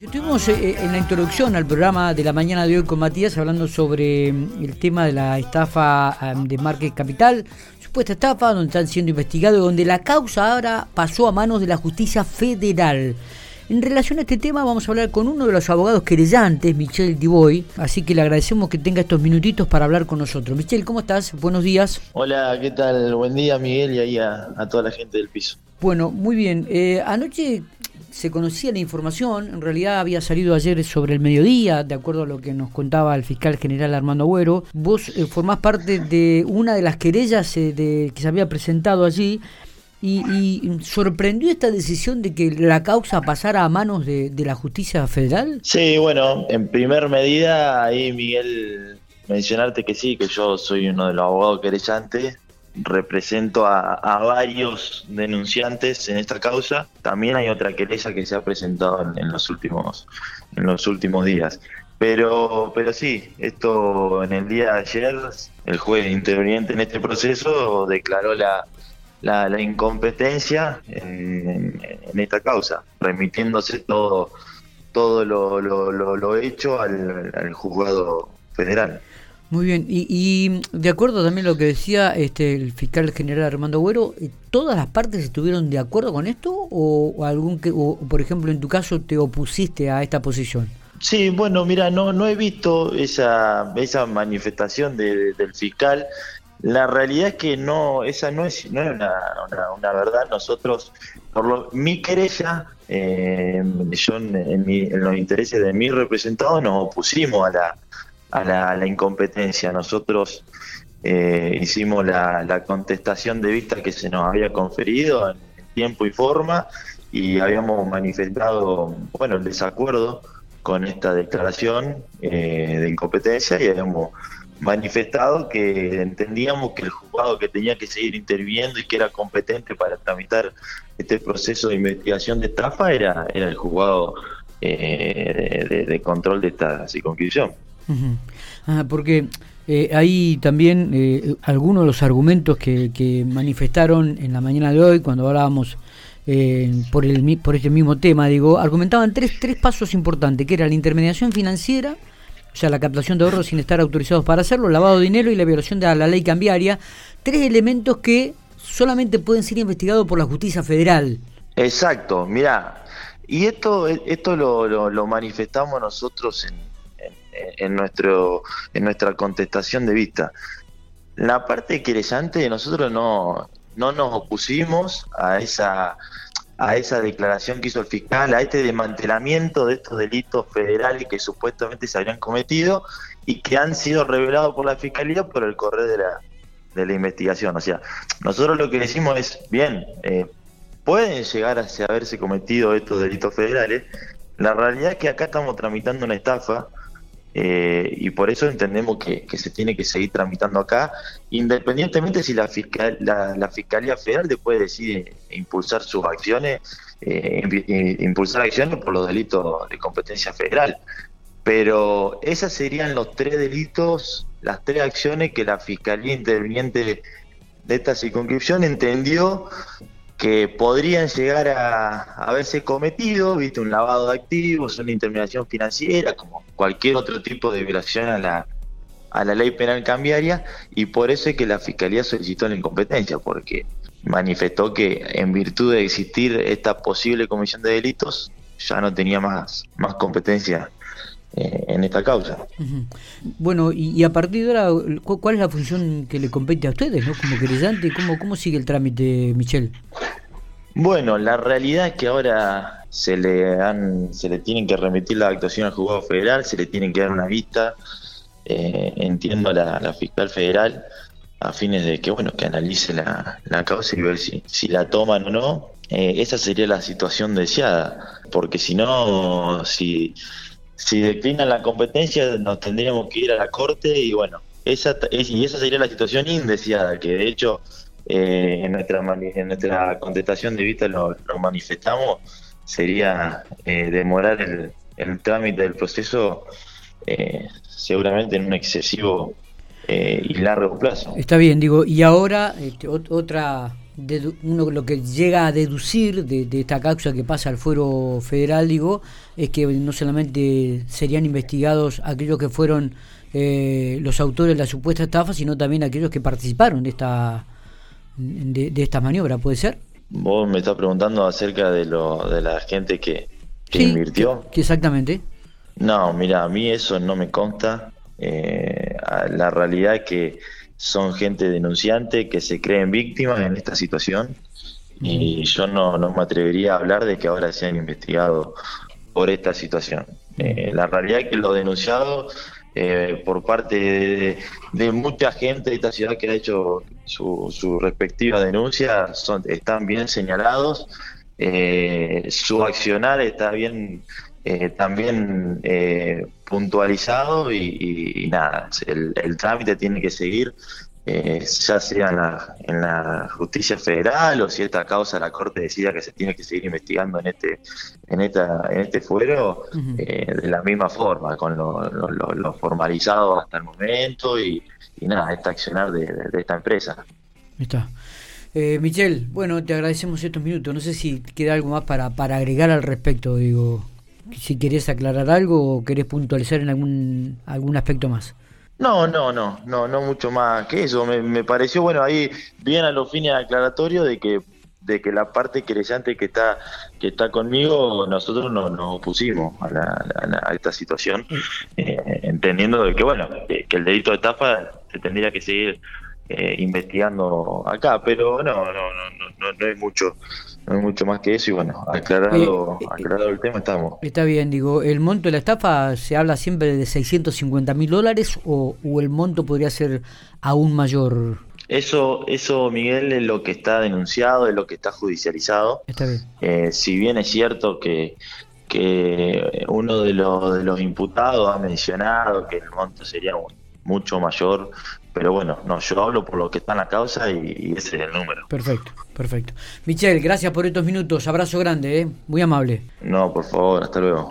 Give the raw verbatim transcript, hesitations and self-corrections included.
Estuvimos eh, en la introducción al programa de la mañana de hoy con Matías hablando sobre el tema de la estafa um, de Market Capital, supuesta estafa donde están siendo investigados, donde la causa ahora pasó a manos de la justicia federal. En relación a este tema vamos a hablar con uno de los abogados querellantes, Michel Diboy, así que le agradecemos que tenga estos minutitos para hablar con nosotros. Michel, ¿cómo estás? Buenos días. Hola, ¿qué tal? Buen día, Miguel, y ahí a, a toda la gente del piso. Bueno, muy bien. Eh, anoche se conocía la información, en realidad había salido ayer sobre el mediodía, de acuerdo a lo que nos contaba el fiscal general Armando Agüero. Vos eh, formás parte de una de las querellas eh, de, que se había presentado allí y, y sorprendió esta decisión de que la causa pasara a manos de, de la justicia federal. Sí, bueno, en primer medida, ahí Miguel, mencionarte que sí, que yo soy uno de los abogados querellantes. Represento a, a varios denunciantes en esta causa. También hay otra querella que se ha presentado en, en los últimos en los últimos días. Pero pero sí, esto en el día de ayer, el juez interviniente en este proceso declaró la, la, la incompetencia en, en esta causa, remitiéndose todo, todo lo, lo, lo, lo hecho al, al juzgado federal. Muy bien, y, y de acuerdo también a lo que decía este el fiscal general Armando Agüero, ¿todas las partes estuvieron de acuerdo con esto o, o algún que, o, por ejemplo, en tu caso te opusiste a esta posición? Sí, bueno, mira, no no he visto esa esa manifestación de, de, del fiscal. La realidad es que no, esa no es no es una, una, una verdad. Nosotros, por lo, mi querella, eh, yo en, en, mi, en los intereses de mi representado nos opusimos a la A la, a la incompetencia. Nosotros eh, hicimos la, la contestación de vista que se nos había conferido en tiempo y forma y habíamos manifestado, bueno, el desacuerdo con esta declaración eh, de incompetencia y habíamos manifestado que entendíamos que el juzgado que tenía que seguir interviniendo y que era competente para tramitar este proceso de investigación de estafa era, era el juzgado eh, de, de control de esta circunscripción. Uh-huh. Ah, porque eh, hay también eh, algunos de los argumentos que, que manifestaron en la mañana de hoy cuando hablábamos eh, por el por este mismo tema, digo, argumentaban tres tres pasos importantes, que era la intermediación financiera, o sea, la captación de ahorros sin estar autorizados para hacerlo, lavado de dinero y la violación de la ley cambiaria, tres elementos que solamente pueden ser investigados por la justicia federal. Exacto, mirá, y esto esto lo, lo, lo manifestamos nosotros en en nuestro en nuestra contestación de vista. La parte querellante, nosotros no no nos opusimos a esa a esa declaración que hizo el fiscal, a este desmantelamiento de estos delitos federales que supuestamente se habrían cometido y que han sido revelados por la fiscalía por el correr de la de la investigación. O sea, nosotros lo que decimos es, bien, eh, pueden llegar a haberse cometido estos delitos federales. La realidad es que acá estamos tramitando una estafa. Eh, y por eso entendemos que, que se tiene que seguir tramitando acá, independientemente si la, fiscal, la, la Fiscalía Federal después decide impulsar sus acciones, eh, impulsar acciones por los delitos de competencia federal. Pero esos serían los tres delitos, las tres acciones que la Fiscalía interviniente de esta circunscripción entendió que podrían llegar a, a haberse cometido, viste, un lavado de activos, una intermediación financiera, como cualquier otro tipo de violación a la a la ley penal cambiaria, y por eso es que la Fiscalía solicitó la incompetencia, porque manifestó que en virtud de existir esta posible comisión de delitos, ya no tenía más, más competencia eh, en esta causa. Uh-huh. Bueno, y, y a partir de ahora, ¿cuál es la función que le compete a ustedes, ¿no? Como querellante? ¿Cómo, cómo sigue el trámite, Michel? Bueno, la realidad es que ahora se le han, se le tienen que remitir la actuación al juzgado federal, se le tienen que dar una vista, eh, entiendo a la, la fiscal federal, a fines de que bueno que analice la, la causa y ver si, si la toman o no. Eh, esa sería la situación deseada, porque si no, si, si declinan la competencia, nos tendríamos que ir a la corte y bueno, esa es, y esa sería la situación indeseada, que de hecho Eh, en nuestra en nuestra contestación de vista lo, lo manifestamos, sería eh, demorar el, el trámite del proceso eh, seguramente en un excesivo eh, y largo plazo. Está bien, digo, y ahora este, ot- otra dedu- uno lo que llega a deducir de, de esta causa que pasa al fuero federal, digo, es que no solamente serían investigados aquellos que fueron eh, los autores de la supuesta estafa, sino también aquellos que participaron de esta de, de esta maniobra, ¿puede ser? Vos me estás preguntando acerca de lo de la gente que, que Sí, invirtió. que- que exactamente. No, mira, a mí eso no me consta. Eh, a- la realidad es que son gente denunciante que se creen víctimas en esta situación y yo no, no me atrevería a hablar de que ahora sean investigados por esta situación. Eh, la realidad es que los denunciados eh, por parte de, de mucha gente de esta ciudad que ha hecho su, su respectiva denuncia son, están bien señalados, eh, su accionar está bien eh, también eh, puntualizado y, y- y nada, el, el trámite tiene que seguir, eh, ya sea en la, en la justicia federal o si esta causa la Corte decida que se tiene que seguir investigando en este en esta en este fuero, Ujú. eh, de la misma forma, con lo, lo- lo- lo formalizado hasta el momento y, y nada, este accionar de, de- de esta empresa. Ahí está. Eh, Michel, bueno, te agradecemos estos minutos. No sé si queda algo más para, para agregar al respecto, digo, si querés aclarar algo o querés puntualizar en algún algún aspecto más. No, no, no, no, no mucho más que eso. Me, me pareció, bueno, ahí bien a los fines aclaratorios de que de que la parte querellante que está que está conmigo, nosotros no, nos opusimos a, la, a, la- a esta situación, eh, entendiendo de que, bueno, que, que el delito de estafa se tendría que seguir eh, investigando acá, pero no, no, no, no, no, no hay mucho, no hay mucho más que eso y bueno, aclarado, Eh, eh, aclarado el tema estamos. Está bien, digo, ¿el monto de la estafa se habla siempre de seiscientos cincuenta mil dólares o, o el monto podría ser aún mayor? Eso, eso, Miguel, es lo que está denunciado, es lo que está judicializado. Está bien. Eh, si bien es cierto que, que uno de los, de los imputados ha mencionado que el monto sería mu- mucho mayor, pero bueno, no, yo hablo por lo que está en la causa y, y ese es el número. Perfecto, perfecto. Michel, gracias por estos minutos. Abrazo grande, ¿eh? Muy amable. No, por favor, hasta luego.